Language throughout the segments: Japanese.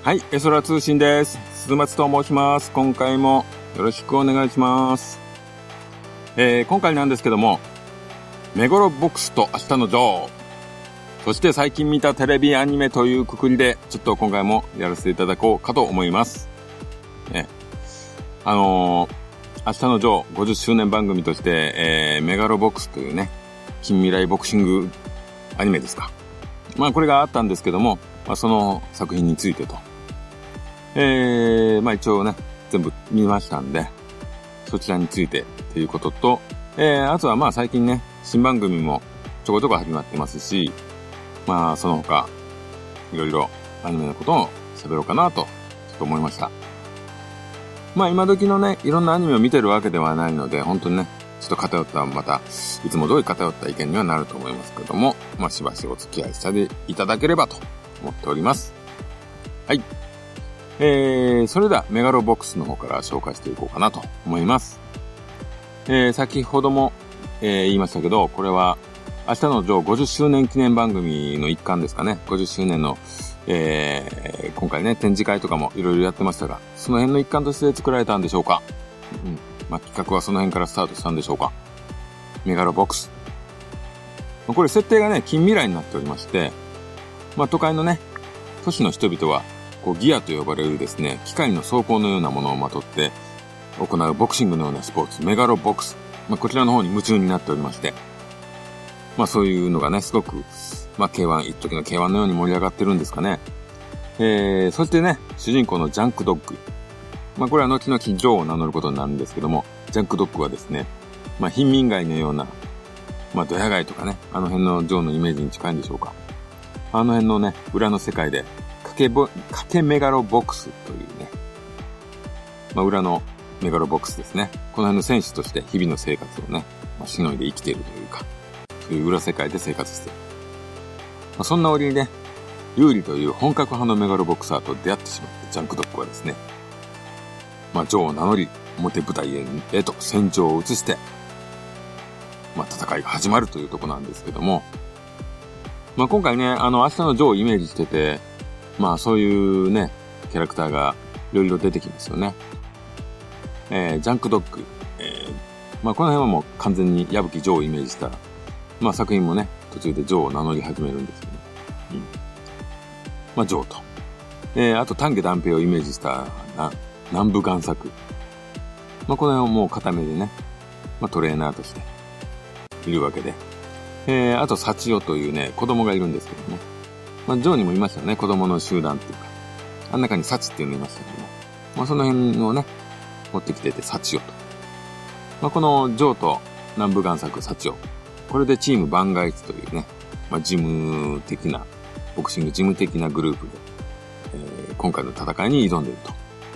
はい、エソラ通信です。鈴松と申します。今回もよろしくお願いします。今回なんですけども、メガロボックスと明日のジョー、そして最近見たテレビアニメというくくりで、ちょっと今回もやらせていただこうかと思います。明日のジョー50周年番組として、メガロボックスというね、近未来ボクシングアニメですか。まあこれがあったんですけども、その作品についてと。一応ね、全部見ましたんで、そちらについてということと、あとは最近ね、新番組もちょこちょこ始まってますし、その他、いろいろアニメのことを喋ろうかなと、ちょっと思いました。今時のね、いろんなアニメを見てるわけではないので、本当にね、ちょっと偏った、いつも通り偏った意見にはなると思いますけども、しばしお付き合いしていただければと思っております。はい。それではメガロボックスの方から紹介していこうかなと思います。先ほども、言いましたけど、これは明日のジョー50周年記念番組の一環ですかね。50周年の、今回ね、展示会とかもいろいろやってましたが、その辺の一環として作られたんでしょうか。企画はその辺からスタートしたんでしょうか。メガロボックス。これ設定がね、近未来になっておりまして、都会のね、都市の人々は、ギアと呼ばれるですね、機械の装甲のようなものをまとって行うボクシングのようなスポーツ、メガロボックス。こちらの方に夢中になっておりまして、そういうのがね、すごく、K1、一時の K1 のように盛り上がってるんですかね。そしてね、主人公のジャンクドッグ。これは後々ジョーを名乗ることになるんですけども、ジャンクドッグはですね、貧民街のような、ドヤ街とかね、あの辺のジョーのイメージに近いんでしょうか。あの辺のね、裏の世界で、賭けメガロボックスというね、裏のメガロボックスですね。この辺の選手として日々の生活をね、しのいで生きているというか、そういう裏世界で生活している。そんな折にね、ユーリという本格派のメガロボクサーと出会ってしまって、ジャンクドッグはですね、ジョーを名乗り、表舞台へと戦場を移して、戦いが始まるというところなんですけども、今回ね、明日のジョーをイメージしてて、そういうね、キャラクターがいろいろ出てきますよね。ジャンクドッグ。この辺はもう完全に矢吹ジョーをイメージした、作品もね、途中でジョーを名乗り始めるんですけど、ジョーと。あと丹下断平をイメージした南部贋作。この辺をもう固めでね、トレーナーとしているわけで。あと幸代というね、子供がいるんですけどね。ジョーにもいましたよね、子供の集団っていうか。あん中に幸っていうのいましたけども。その辺をね、持ってきてて幸代と。このジョーと南部贋作幸代。これでチーム万が一というね、ジム的な、ボクシングジム的なグループで、今回の戦いに挑んでいる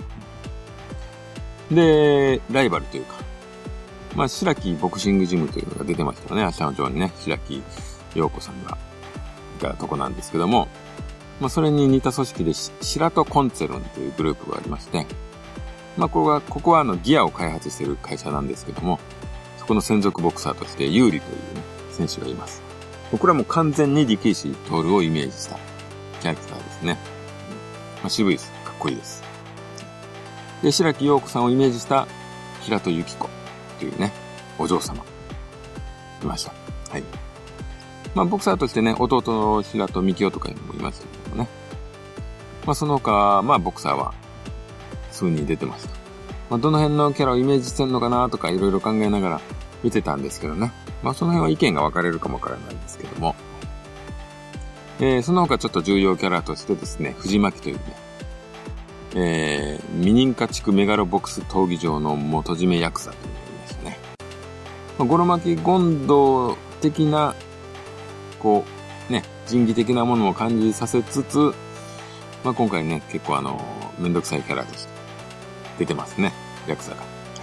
と。で、ライバルというか、白木ボクシングジムというのが出てましたよね、明日のジョーにね、白木陽子さんがいたとこなんですけども、それに似た組織で白戸コンツェルンというグループがありまして、ここはギアを開発している会社なんですけども、そこの専属ボクサーとしてユーリという、ね、選手がいます。これはもう完全に力士徹をイメージしたキャラクターですね。渋いです。かっこいいです。で、白木陽子さんをイメージした平戸由紀子というね、お嬢様いました。はい。ボクサーとしてね、弟の平戸幹夫とかにもいましたけどもね。その他、ボクサーは数人出てました。どの辺のキャラをイメージしてんのかなとかいろいろ考えながら見てたんですけどね。その辺は意見が分かれるかもわからないんですけども。その他ちょっと重要キャラとしてですね、藤巻というね、未認可地区メガロボックス闘技場の元締めヤクザというのがいましたね。ゴロ巻権藤的な、仁義的なものも感じさせつつ、今回ね、結構めんどくさいキャラとして出てますね、ヤクザが。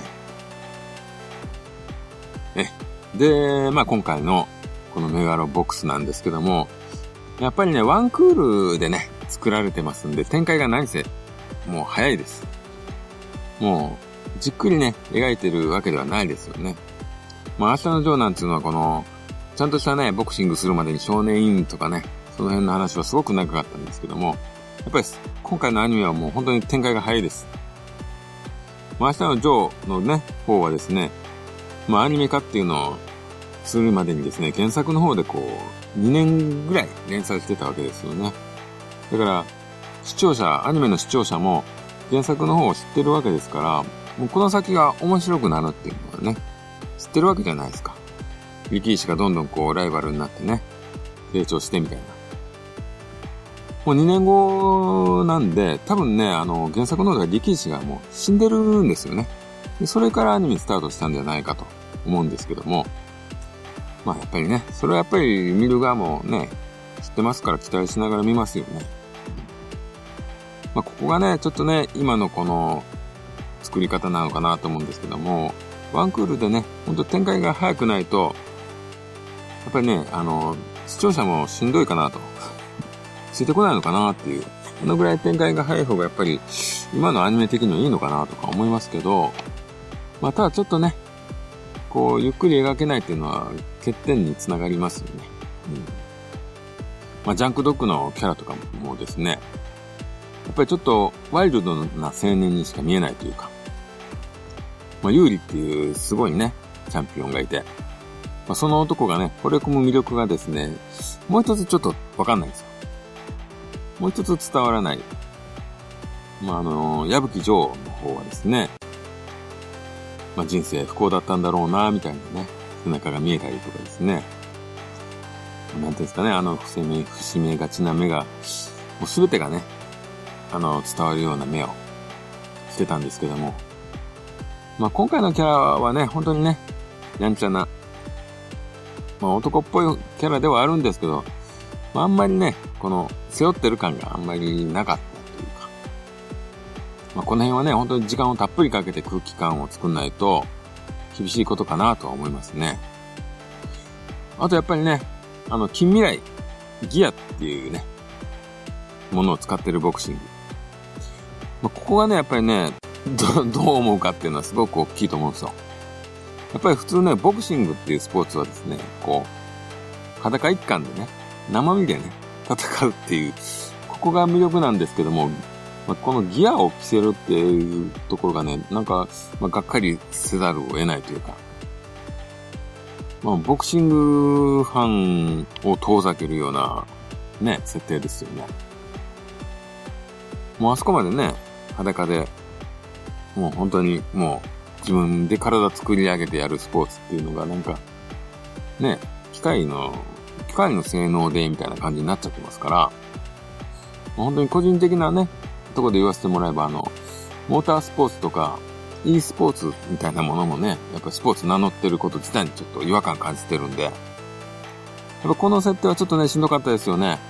で、今回のこのメガロボックスなんですけども、やっぱりね、ワンクールでね、作られてますんで、展開が何せ、もう早いです。もう、じっくりね、描いてるわけではないですよね。明日のジョーなんていうのはちゃんとしたね、ボクシングするまでに少年院とかね、その辺の話はすごく長かったんですけども、 っぱり今回のアニメはもう本当に展開が早いです。明日のジョーのね、方はですね、アニメ化っていうのをするまでにですね、原作の方で2年ぐらい連載してたわけですよね。だから、アニメの視聴者も原作の方を知ってるわけですから、もうこの先が面白くなるっていうのはね、知ってるわけじゃないですか。力石がどんどんライバルになってね、成長してみたいな。もう2年後なんで、多分ね、原作の方では力石がもう死んでるんですよね。でそれからアニメスタートしたんじゃないかと思うんですけども、やっぱりね、それはやっぱり見る側もね、知ってますから期待しながら見ますよね。ここがね、ちょっとね、今のこの作り方なのかなと思うんですけども、ワンクールでね、ほんと展開が早くないと、やっぱりね、視聴者もしんどいかなと。ついてこないのかなっていう。このぐらい展開が早い方がやっぱり、今のアニメ的にはいいのかなとか思いますけど、ただちょっとね、ゆっくり描けないっていうのは欠点につながりますよね。ジャンクドッグのキャラとかもですね、やっぱりちょっとワイルドな青年にしか見えないというか、ユーリっていうすごいね、チャンピオンがいて、その男がね、惚れ込む魅力がですね、もう一つちょっとわかんないんですよ。もう一つ伝わらない。矢吹城の方はですね、人生不幸だったんだろうな、みたいなね、背中が見えたりとかですね。なんていうんですかね、伏し目がちな目が、もうすべてがね、伝わるような目をしてたんですけども。今回のキャラはね、本当にね、やんちゃな、男っぽいキャラではあるんですけど、あんまりね、背負ってる感があんまりなかったというか、この辺はね、本当に時間をたっぷりかけて空気感を作んないと、厳しいことかなとは思いますね。あとやっぱりね、近未来、ギアっていうね、ものを使ってるボクシング。ここがね、やっぱりね、どう思うかっていうのはすごく大きいと思うんですよ。やっぱり普通ね、ボクシングっていうスポーツはですね、裸一貫でね、生身でね、戦うっていう、ここが魅力なんですけども、このギアを着せるっていうところがね、がっかりせざるを得ないというか、ボクシングファンを遠ざけるような、ね、設定ですよね。もうあそこまでね、裸で、もう本当にもう自分で体作り上げてやるスポーツっていうのがね、機械の性能でみたいな感じになっちゃってますから、本当に個人的なね、ところで言わせてもらえばモータースポーツとか e スポーツみたいなものもね、やっぱスポーツ名乗ってること自体にちょっと違和感感じてるんで、やっぱこの設定はちょっとね、しんどかったですよね。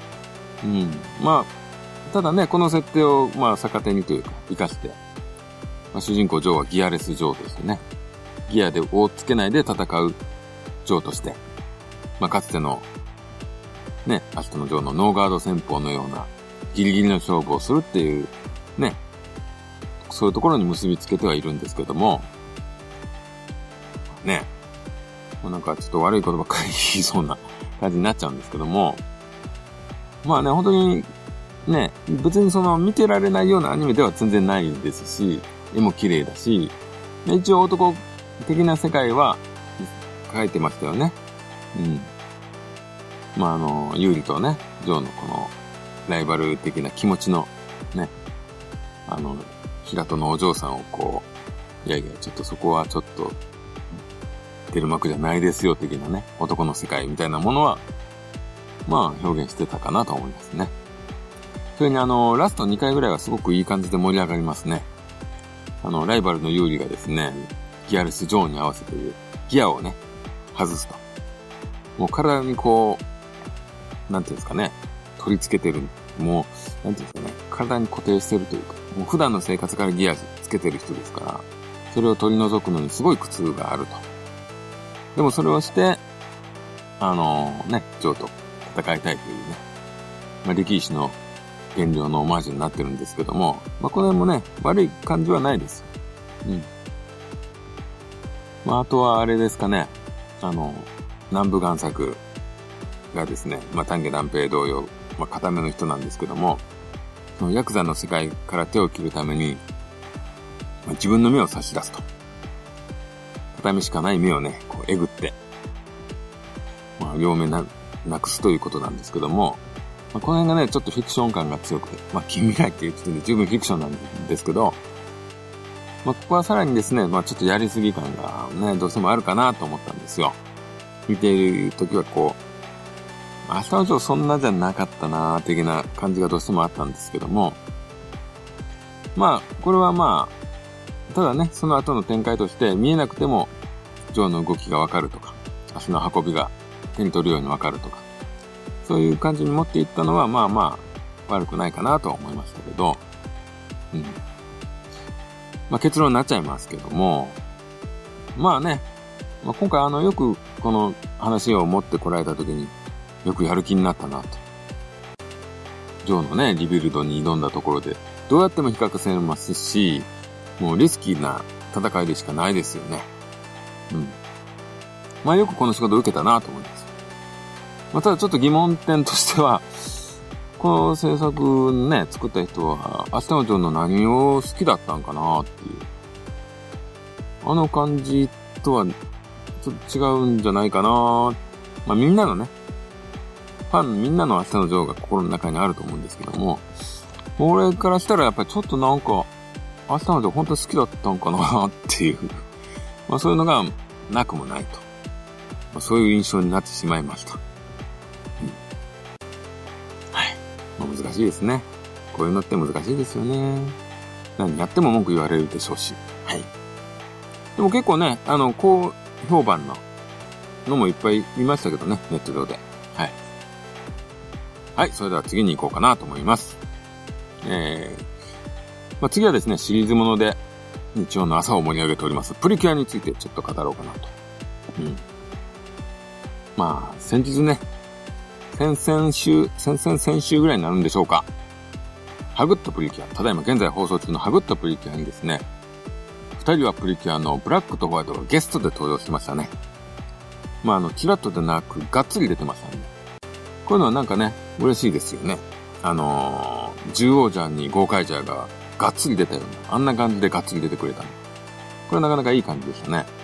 ただね、この設定を逆手にというか、活かして、主人公ジョーはギアレスジョーとしてね、ギアでをつけないで戦うジョーとして、かつての、ね、アシトのジョーのノーガード戦法のような、ギリギリの勝負をするっていう、ね、そういうところに結びつけてはいるんですけども、ね、ちょっと悪いことばっかり言いそうな感じになっちゃうんですけども、本当に、ね、別に見てられないようなアニメでは全然ないですし、絵も綺麗だし、一応男的な世界は描いてましたよね。ユーリとね、ジョーのこのライバル的な気持ちのね、平戸のお嬢さんをいやいや、ちょっとそこはちょっと出る幕じゃないですよ的なね、男の世界みたいなものは表現してたかなと思いますね。それにラスト2回ぐらいはすごくいい感じで盛り上がりますね。ライバルのユーリがですね、ギアレス・ジョーに合わせてギアをね、外すと。もう体になんていうんですかね、取り付けてる、もう、なんていうんですかね、体に固定してるというか、もう普段の生活からギアつけてる人ですから、それを取り除くのにすごい苦痛があると。でもそれをして、ジョーと戦いたいというね、力石の原料のオマージュになってるんですけども、これもね、悪い感じはないです。あとはあれですかね、南部贋作がですね、丹下段平同様、固めの人なんですけども、 そのヤクザの世界から手を切るために、自分の目を差し出すと。片目しかない目をね、こうえぐって、両目なくすということなんですけども、この辺がね、ちょっとフィクション感が強くて、近未来っていう時点で十分フィクションなんですけど、ここはさらにですね、ちょっとやりすぎ感がね、どうしてもあるかなと思ったんですよ。見ている時はこう、明日のジョーそんなじゃなかったな的な感じがどうしてもあったんですけども、これはただね、その後の展開として見えなくても、ジョーの動きがわかるとか、足の運びが手に取るようにわかるとか、そういう感じに持っていったのは、悪くないかなとは思いましたけど、結論になっちゃいますけども、今回よくこの話を持ってこられた時によくやる気になったなと。ジョーのね、リビルドに挑んだところでどうやっても比較せますし、もうリスキーな戦いでしかないですよね。よくこの仕事を受けたなと思います。ただちょっと疑問点としては、この制作ね、作った人は、明日のジョーの何を好きだったんかなっていう。あの感じとは、ちょっと違うんじゃないかな。みんなのね、みんなの明日のジョーが心の中にあると思うんですけども、俺からしたらやっぱりちょっとなんか、明日のジョー本当に好きだったんかなっていう。そういうのがなくもないと。そういう印象になってしまいました。難しいですね。こういうのって難しいですよね。何やっても文句言われるでしょうし。でも結構ね、高評判ののもいっぱい見ましたけどね、ネット上で。それでは次に行こうかなと思います。次はですね、シリーズもので日曜の朝を盛り上げておりますプリキュアについてちょっと語ろうかなと。先日ね、先週ぐらいになるんでしょうか。ハグッとプリキュア、ただいま現在放送中のハグッとプリキュアにですね、二人はプリキュアのブラックとホワイトがゲストで登場してましたね。チラッとでなく、がっつり出てましたね。こういうのはなんかね、嬉しいですよね。獣王ジャーにゴーカイジャーががっつり出たような、あんな感じでがっつり出てくれたの。これなかなかいい感じでしたね。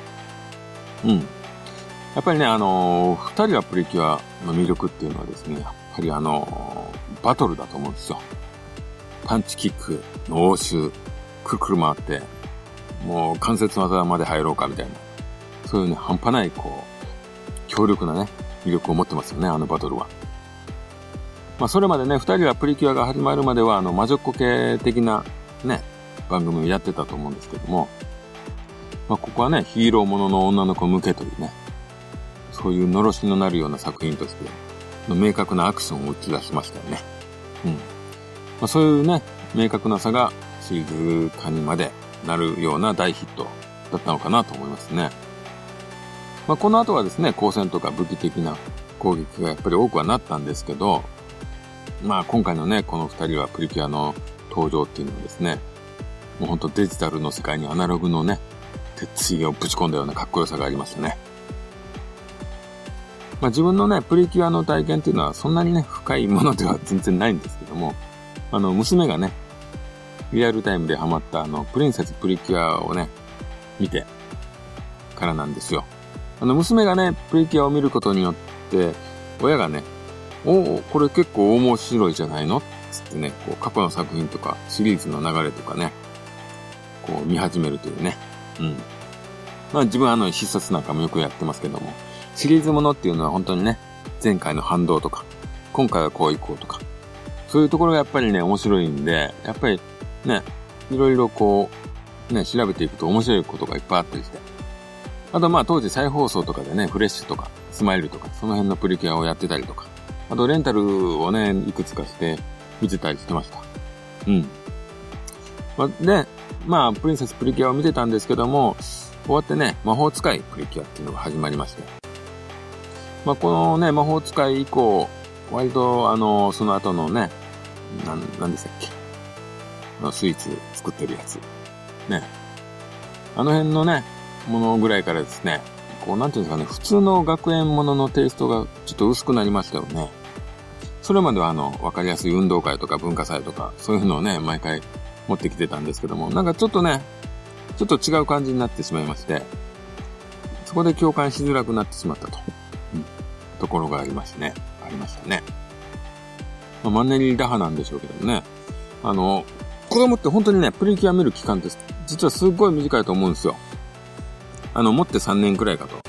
やっぱりね、二人はプリキュアの魅力っていうのはですね、やっぱりバトルだと思うんですよ。パンチキックの応酬、くるくる回って、もう関節技まで入ろうかみたいな。そういうね、半端ない強力なね、魅力を持ってますよね、あのバトルは。それまでね、二人はプリキュアが始まるまでは、魔女っ子系的なね、番組をやってたと思うんですけども、ここはね、ヒーローものの女の子向けというね、そういうのろしのなるような作品として、明確なアクションを打ち出しましたよね。そういうね、明確な差がシリーズ化にまでなるような大ヒットだったのかなと思いますね。この後はですね、光線とか武器的な攻撃がやっぱり多くはなったんですけど、今回のね、この二人はプリキュアの登場っていうのはですね、もうほんとデジタルの世界にアナログのね、鉄槌をぶち込んだようなかっこよさがありましたね。自分のね、プリキュアの体験っていうのはそんなにね、深いものでは全然ないんですけども、娘がね、リアルタイムでハマったプリンセスプリキュアをね、見てからなんですよ。娘がね、プリキュアを見ることによって、親がね、これ結構面白いじゃないのつってね、過去の作品とかシリーズの流れとかね、見始めるというね。自分必殺なんかもよくやってますけども、シリーズものっていうのは本当にね、前回の反動とか、今回はこういこうとか、そういうところがやっぱりね、面白いんで、やっぱりね、いろいろ調べていくと面白いことがいっぱいあったりして。あと当時再放送とかでね、フレッシュとか、スマイルとか、その辺のプリキュアをやってたりとか、あとレンタルをね、いくつかして見てたりしてました。で、プリンセスプリキュアを見てたんですけども、終わってね、魔法使いプリキュアっていうのが始まりまして。このね、魔法使い以降、割とその後のね、何でしたっけ？スイーツ作ってるやつ。ね。あの辺のね、ものぐらいからですね、なんていうんですかね、普通の学園もののテイストがちょっと薄くなりましたよね。そそれまではわかりやすい運動会とか文化祭とか、そういうのをね、毎回持ってきてたんですけども、なんかちょっとね、ちょっと違う感じになってしまいまして、そこで共感しづらくなってしまったと、ところがありましたね。マンネリ打破なんでしょうけどもね。子供って本当にね、プリキュア見る期間って実はすっごい短いと思うんですよ。持って3年くらいかと。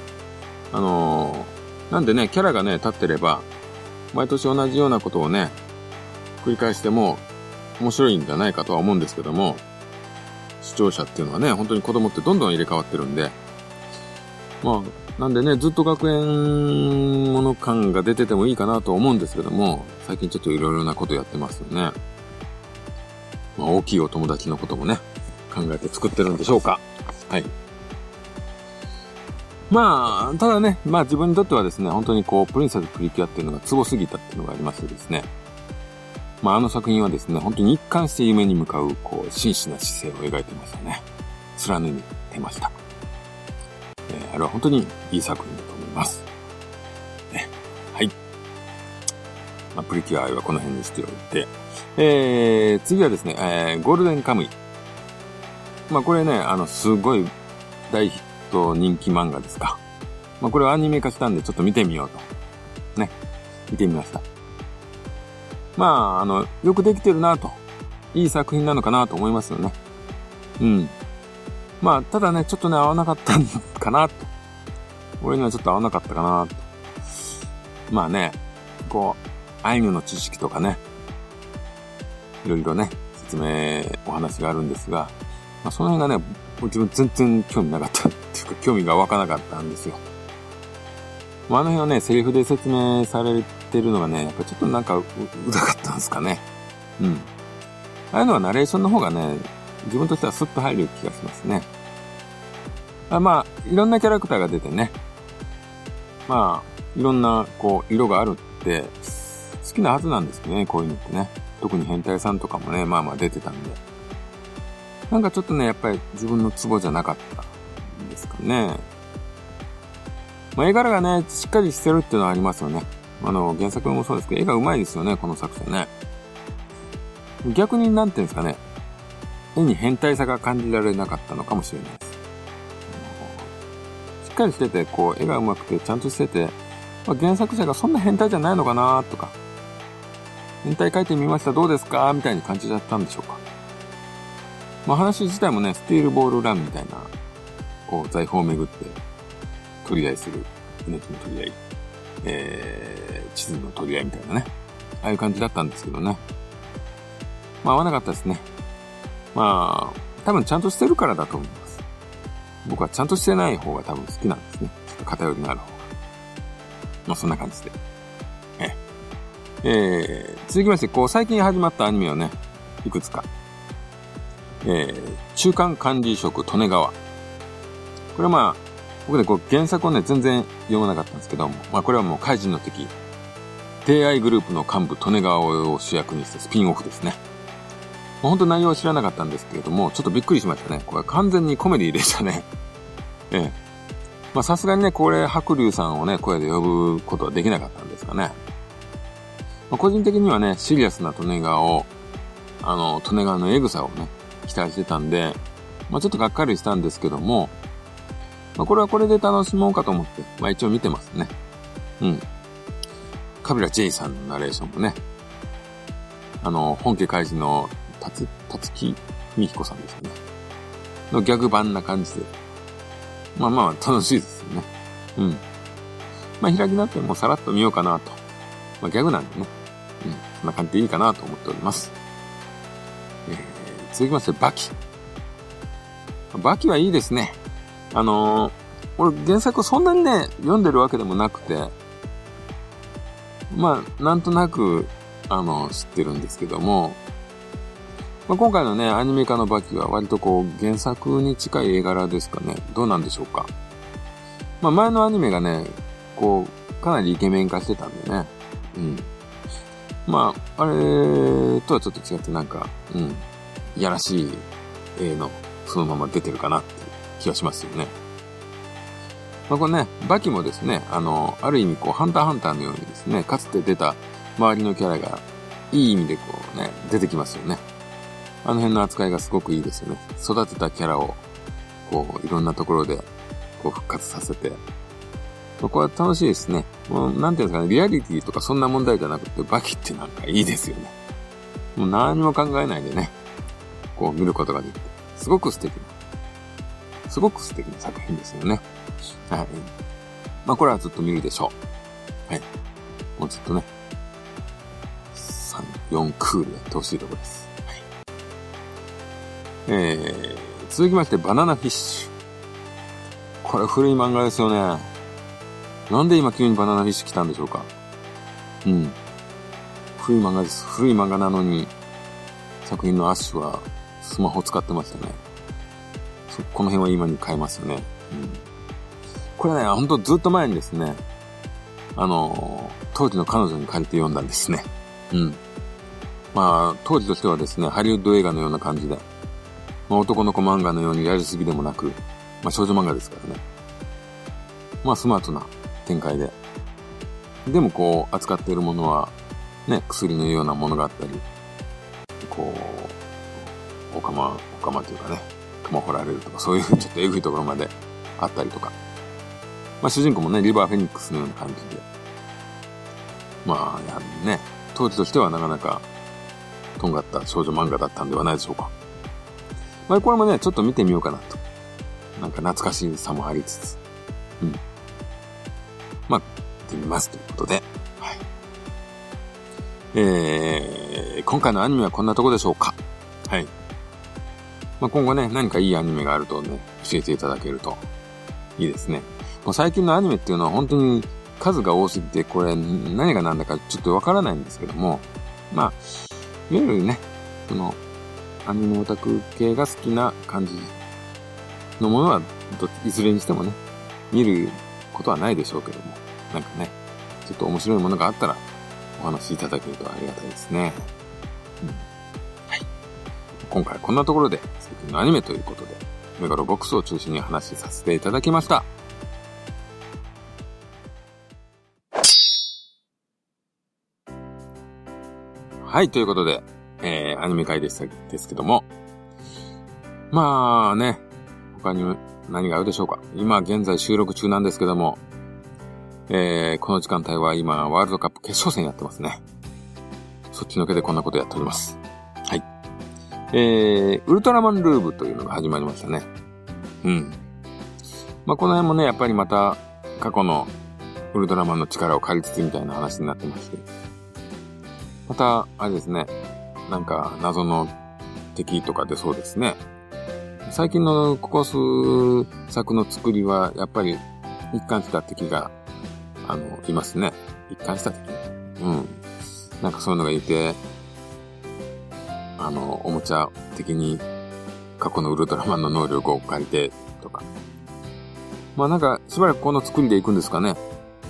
なんでね、キャラがね、立ってれば、毎年同じようなことをね、繰り返しても面白いんじゃないかとは思うんですけども、視聴者っていうのはね、本当に子供ってどんどん入れ替わってるんで、なんでね、ずっと学園もの感が出ててもいいかなと思うんですけども、最近ちょっといろいろなことやってますよね。大きいお友達のこともね、考えて作ってるんでしょうか。はい。ただね、自分にとってはですね、本当にプリンセスプリキュアっていうのがツボすぎたっていうのがありましてですね。あの作品はですね、本当に一貫して夢に向かう、真摯な姿勢を描いてましたね。貫いてました。あれは本当にいい作品だと思います。はい。プリキュア愛はこの辺にしておいて、次はですね、ゴールデンカムイ。これね、すごい大ヒット人気漫画ですか。これをアニメ化したんでちょっと見てみようと。ね。見てみました。よくできてるなと。いい作品なのかなと思いますよね。ただね、ちょっとね、合わなかったのかなと。俺にはちょっと合わなかったかなと。アイヌの知識とかね、いろいろね、説明、お話があるんですが、その辺がね、自分全然興味なかったっていうか、興味が湧かなかったんですよ。あの辺はね、セリフで説明されてるのがね、やっぱちょっとなんかうざかったんですかね。ああいうのはナレーションの方がね、自分としてはスッと入る気がしますね。いろんなキャラクターが出てね。いろんな、色があるって、好きなはずなんですけどね、こういうのってね。特に変態さんとかもね、出てたんで。なんかちょっとね、やっぱり自分のツボじゃなかったんですかね。絵柄がね、しっかりしてるっていうのはありますよね。原作もそうですけど、絵が上手いですよね、この作者ね。逆になんていうんですかね、絵に変態さが感じられなかったのかもしれないです。しっかりしてて、絵が上手くて、ちゃんとしてて、原作者がそんな変態じゃないのかなとか、変態描いてみました、どうですかみたいに感じちゃったんでしょうか。話自体もね、スティールボールランみたいな、財宝をめぐって、取り合いする、命の取り合い、地図の取り合いみたいなね、ああいう感じだったんですけどね。合わなかったですね。多分ちゃんとしてるからだと思います。僕はちゃんとしてない方が多分好きなんですね。ちょっと偏りのある方が。そんな感じで。続きまして、最近始まったアニメをね、いくつか。中間管理職利根川。これは僕ね、原作をね、全然読まなかったんですけども、これはもう怪人の敵、帝愛グループの幹部利根川を主役にしたスピンオフですね。本当内容は知らなかったんですけれども、ちょっとびっくりしましたね。これ完全にコメディでしたね。さすがにね、これ白龍さんをね、声で呼ぶことはできなかったんですかね。個人的にはね、シリアスな利根川を、利根川のエグさをね、期待してたんで、ちょっとがっかりしたんですけども、これはこれで楽しもうかと思って、一応見てますね。カビラ J さんのナレーションもね、本家怪人の辰木文彦さんですよね。のギャグ版な感じで。楽しいですよね。開き直ってもうさらっと見ようかなと。ギャグなんでね。そんな感じでいいかなと思っております。続きまして、バキ。バキはいいですね。俺原作そんなにね、読んでるわけでもなくて、なんとなく、知ってるんですけども、今回のね、アニメ化のバキは割と原作に近い絵柄ですかね。どうなんでしょうか。前のアニメがね、かなりイケメン化してたんでね。あれとはちょっと違ってなんか、いやらしい絵のそのまま出てるかなっていう気がしますよね。これね、バキもですね、ある意味ハンターハンターのようにですね、かつて出た周りのキャラがいい意味でこうね、出てきますよね。あの辺の扱いがすごくいいですよね。育てたキャラを、こう、いろんなところで、こう、復活させて。ここは楽しいですね。もう、なんていうんですかね、リアリティとかそんな問題じゃなくて、バキってなんかいいですよね。もう何も考えないでね、こう、見ることができて、すごく素敵な作品ですよね。はい。まあ、これはずっと見るでしょう。はい。もうずっとね、3、4クールやってほしいところです。続きまして、バナナフィッシュ。これ古い漫画ですよね。なんで今急にバナナフィッシュ来たんでしょうか。古い漫画です。古い漫画なのに、作品のアッシュはスマホ使ってましたね。この辺は今に変えますよね。これね、ほんとずっと前にですね、当時の彼女に借りて読んだんですね。まあ、当時としてはですね、ハリウッド映画のような感じで、まあ、男の子漫画のようにやりすぎでもなく、まあ少女漫画ですからね。まあスマートな展開で。でもこう、扱っているものは、ね、薬のようなものがあったり、こう、お釜というかね、釜掘られるとか、そういうちょっとエグいところまであったりとか。まあ主人公もね、リバーフェニックスのような感じで。まあ、やはりね、当時としてはなかなか、とんがった少女漫画だったんではないでしょうか。まあこれもね、ちょっと見てみようかなと。なんか懐かしさもありつつ。まあ、見てみますということで。はい。今回のアニメはこんなとこでしょうか。はい。まあ今後ね、何かいいアニメがあるとね、教えていただけるといいですね。もう最近のアニメっていうのは本当に数が多すぎて、これ何が何だかちょっとわからないんですけども、まあ、いわゆるね、その、アニメオタク系が好きな感じのものは、いずれにしてもね、見ることはないでしょうけども、なんかね、ちょっと面白いものがあったら、お話しいただけるとありがたいですね。はい。今回はこんなところで、最近のアニメということで、メガロボックスを中心に話しさせていただきました。はい、ということで、アニメ会ですけども。まあね、他に何があるでしょうか。今現在収録中なんですけども、この時間帯は今ワールドカップ決勝戦やってますね。そっちのけでこんなことやっております。はい。ウルトラマンルーブというのが始まりましたね。まあこの辺もね、やっぱりまた過去のウルトラマンの力を借りつつみたいな話になってまして。また、あれですね、なんか謎の敵とか出そうですね。最近のここ数作の作りは、やっぱり一貫した敵が、いますね。一貫した敵。なんかそういうのがいて、おもちゃ的に過去のウルトラマンの能力を借りて、とか。まあなんか、しばらくこの作りでいくんですかね。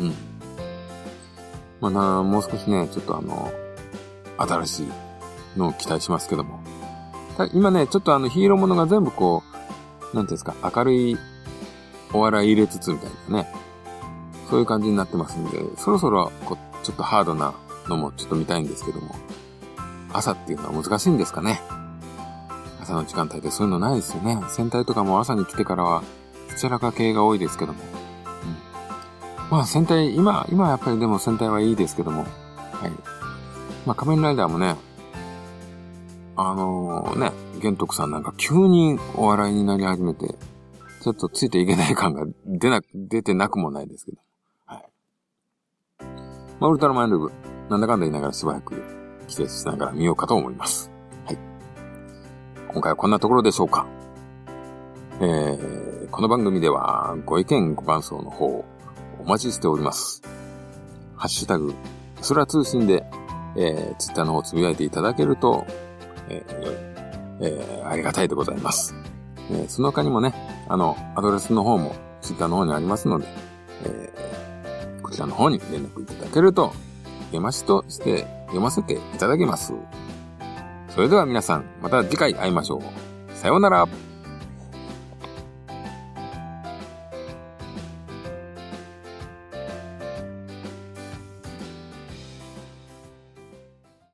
まあもう少しね、ちょっと新しいのを期待しますけども。今ね、ちょっとヒーローものが全部こう、なんていうんですか、明るいお笑い入れつつみたいなね。そういう感じになってますんで、そろそろちょっとハードなのもちょっと見たいんですけども。朝っていうのは難しいんですかね。朝の時間帯でそういうのないですよね。戦隊とかも朝に来てからは、どちらか系が多いですけども。まあ戦隊、今はやっぱりでも戦隊はいいですけども。はい。まあ仮面ライダーもね、玄徳さんなんか急にお笑いになり始めて、ちょっとついていけない感が出てなくもないですけど。はい。まあウルトラマンルーブ、なんだかんだ言いながらしばらく季節しながら見ようかと思います。はい。今回はこんなところでしょうか。この番組ではご意見ご感想の方お待ちしております。ハッシュタグ、そら通信で、ツイッターの方つぶやいていただけると、ありがたいでございます。その他にもね、アドレスの方もツイッターの方にありますので、こちらの方に連絡いただけると、読ませていただきます。それでは皆さん、また次回会いましょう。さようなら。